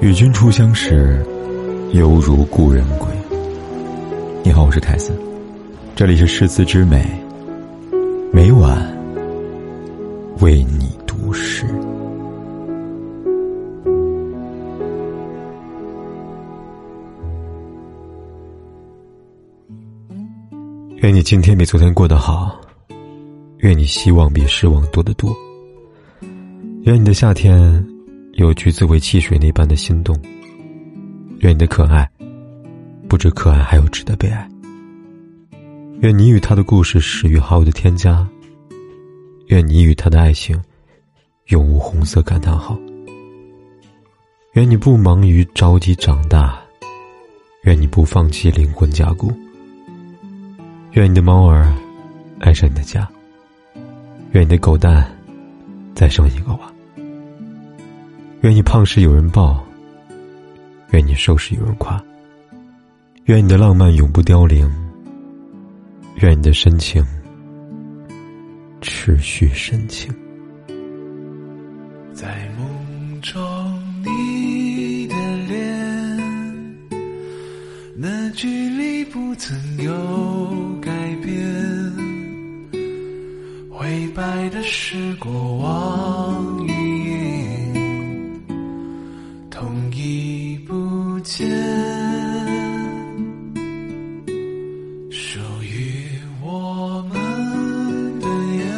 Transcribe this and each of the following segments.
与君初相识，犹如故人归。你好，我是凯斯，这里是诗词之美，每晚为你读诗。愿你今天比昨天过得好，愿你希望比失望多得多，愿你的夏天有橘子为汽水那般的心动，愿你的可爱不止可爱，还有值得被爱。愿你与他的故事始于好友的添加，愿你与他的爱情永无红色感叹号。愿你不忙于着急长大，愿你不放弃灵魂加固。愿你的猫儿爱上你的家，愿你的狗蛋再生一个娃。愿你胖时有人抱，愿你瘦时有人夸。愿你的浪漫永不凋零，愿你的深情持续深情。 在梦中你的脸，那距离不曾有改变，灰白的是过往云烟，痛已不见，属于我们的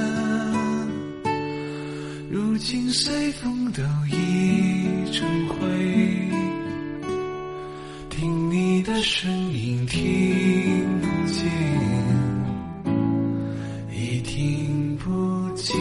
眼，如今随风都已成灰，听你的声音听不见，已听不见。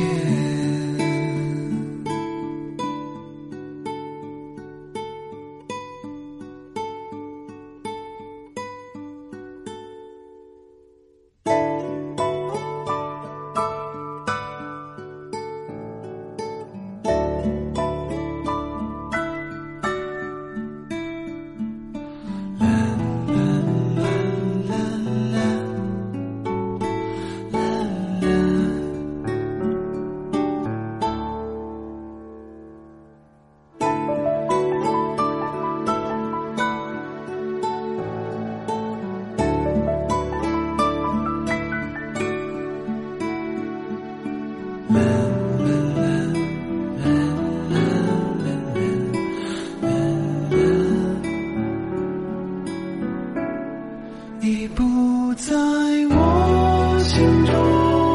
已不在我心中，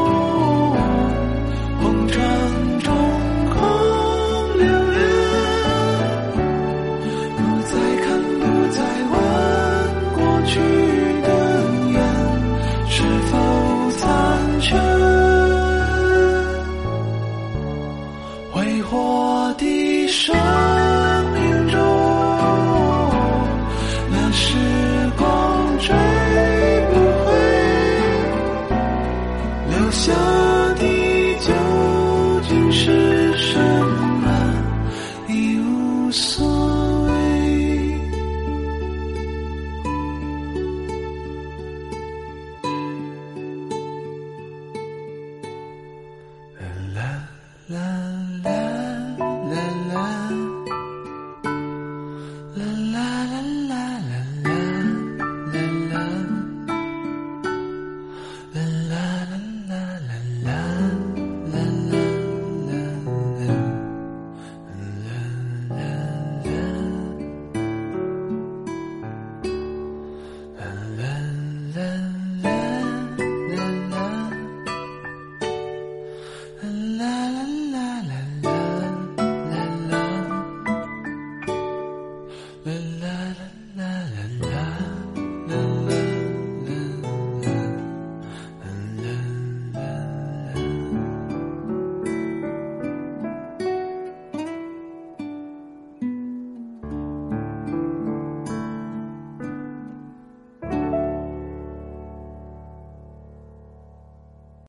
红尘中空流连，不再看，不再问过去的缘是否残缺，挥霍的生命中，那时光追下的究竟是什么，已无所谓。啦啦啦啦啦啦啦啦啦啦啦